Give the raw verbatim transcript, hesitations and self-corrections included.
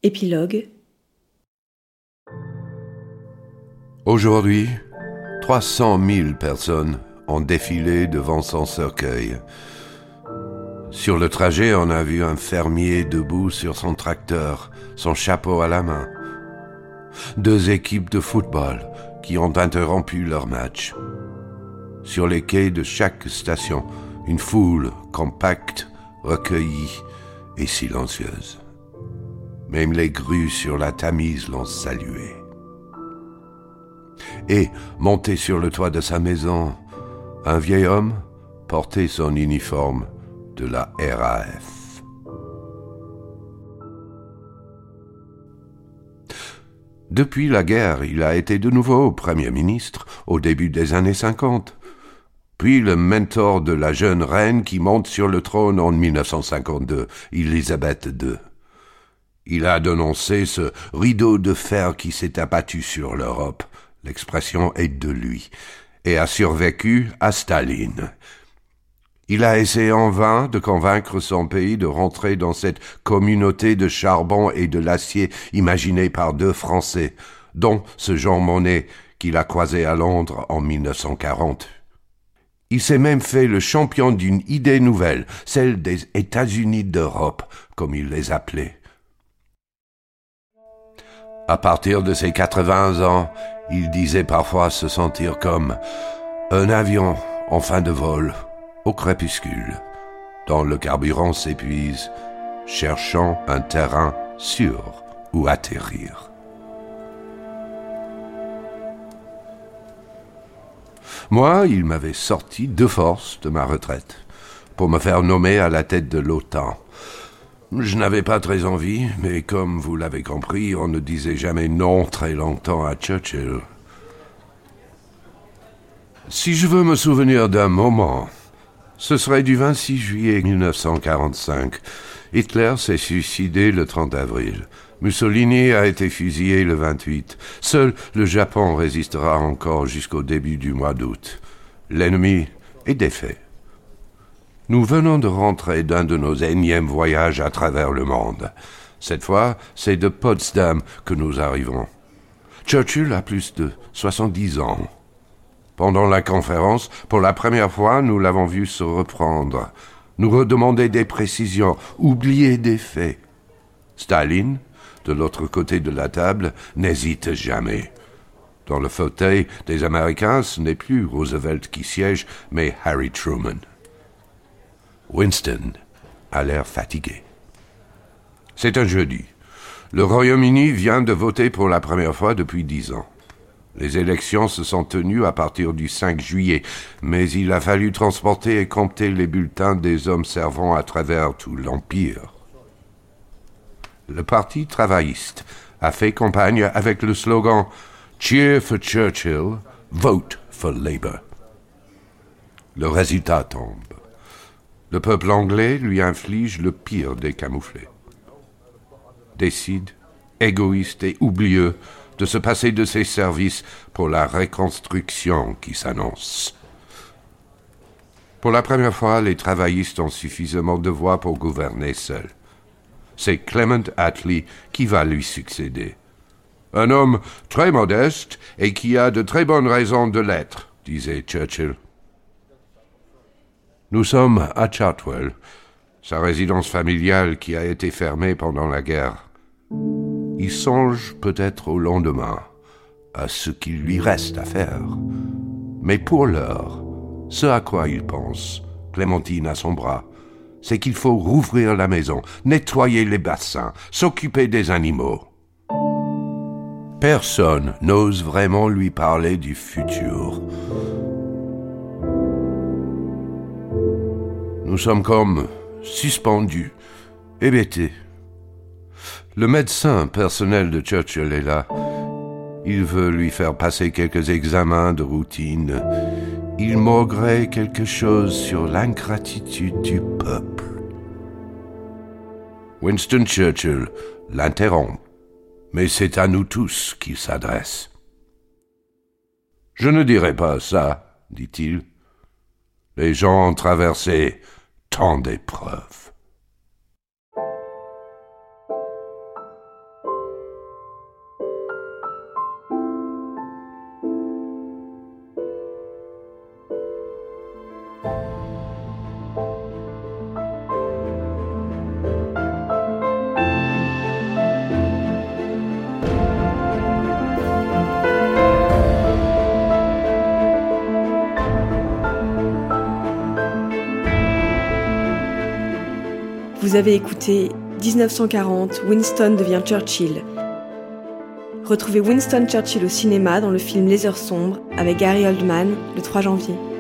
Épilogue. Aujourd'hui, trois cent mille personnes ont défilé devant son cercueil. Sur le trajet, on a vu un fermier debout sur son tracteur, son chapeau à la main. Deux équipes de football qui ont interrompu leur match. Sur les quais de chaque station, une foule compacte, recueillie et silencieuse. Même les grues sur la Tamise l'ont salué. Et, monté sur le toit de sa maison, un vieil homme portait son uniforme de la R A F. Depuis la guerre, il a été de nouveau Premier ministre au début des années cinquante, puis le mentor de la jeune reine qui monte sur le trône en dix-neuf cent cinquante-deux, Élisabeth deux. Il a dénoncé ce rideau de fer qui s'est abattu sur l'Europe, l'expression est de lui, et a survécu à Staline. Il a essayé en vain de convaincre son pays de rentrer dans cette communauté de charbon et de l'acier imaginée par deux Français, dont ce Jean Monnet qu'il a croisé à Londres en dix-neuf cent quarante. Il s'est même fait le champion d'une idée nouvelle, celle des États-Unis d'Europe, comme il les appelait. À partir de ses quatre-vingts ans, il disait parfois se sentir comme un avion en fin de vol, au crépuscule, dont le carburant s'épuise, cherchant un terrain sûr où atterrir. Moi, il m'avait sorti de force de ma retraite pour me faire nommer à la tête de l'OTAN. Je n'avais pas très envie, mais comme vous l'avez compris, on ne disait jamais non très longtemps à Churchill. Si je veux me souvenir d'un moment, ce serait du vingt-six juillet dix-neuf cent quarante-cinq. Hitler s'est suicidé le trente avril. Mussolini a été fusillé le vingt-huit. Seul le Japon résistera encore jusqu'au début du mois d'août. L'ennemi est défait. Nous venons de rentrer d'un de nos énièmes voyages à travers le monde. Cette fois, c'est de Potsdam que nous arrivons. Churchill a plus de soixante-dix ans. Pendant la conférence, pour la première fois, nous l'avons vu se reprendre, nous redemander des précisions, oublier des faits. Staline, de l'autre côté de la table, n'hésite jamais. Dans le fauteuil des Américains, ce n'est plus Roosevelt qui siège, mais Harry Truman. Winston a l'air fatigué. C'est un jeudi. Le Royaume-Uni vient de voter pour la première fois depuis dix ans. Les élections se sont tenues à partir du cinq juillet, mais il a fallu transporter et compter les bulletins des hommes servant à travers tout l'Empire. Le Parti travailliste a fait campagne avec le slogan « Cheer for Churchill, vote for Labour ». Le résultat tombe. Le peuple anglais lui inflige le pire des camouflets. Décide, égoïste et oublieux, de se passer de ses services pour la reconstruction qui s'annonce. Pour la première fois, les travaillistes ont suffisamment de voix pour gouverner seuls. C'est Clement Attlee qui va lui succéder. Un homme très modeste et qui a de très bonnes raisons de l'être, disait Churchill. Nous sommes à Chartwell, sa résidence familiale qui a été fermée pendant la guerre. Il songe peut-être au lendemain, à ce qu'il lui reste à faire. Mais pour l'heure, ce à quoi il pense, Clémentine à son bras, c'est qu'il faut rouvrir la maison, nettoyer les bassins, s'occuper des animaux. Personne n'ose vraiment lui parler du futur. Nous sommes comme suspendus, hébétés. Le médecin personnel de Churchill est là. Il veut lui faire passer quelques examens de routine. Il mauguerait quelque chose sur l'ingratitude du peuple. Winston Churchill l'interrompt, mais c'est à nous tous qu'il s'adresse. « Je ne dirai pas ça, dit-il. Les gens ont traversé tant d'épreuves. Vous avez écouté dix-neuf cent quarante, Winston devient Churchill. Retrouvez Winston Churchill au cinéma dans le film Les Heures sombres avec Gary Oldman le trois janvier.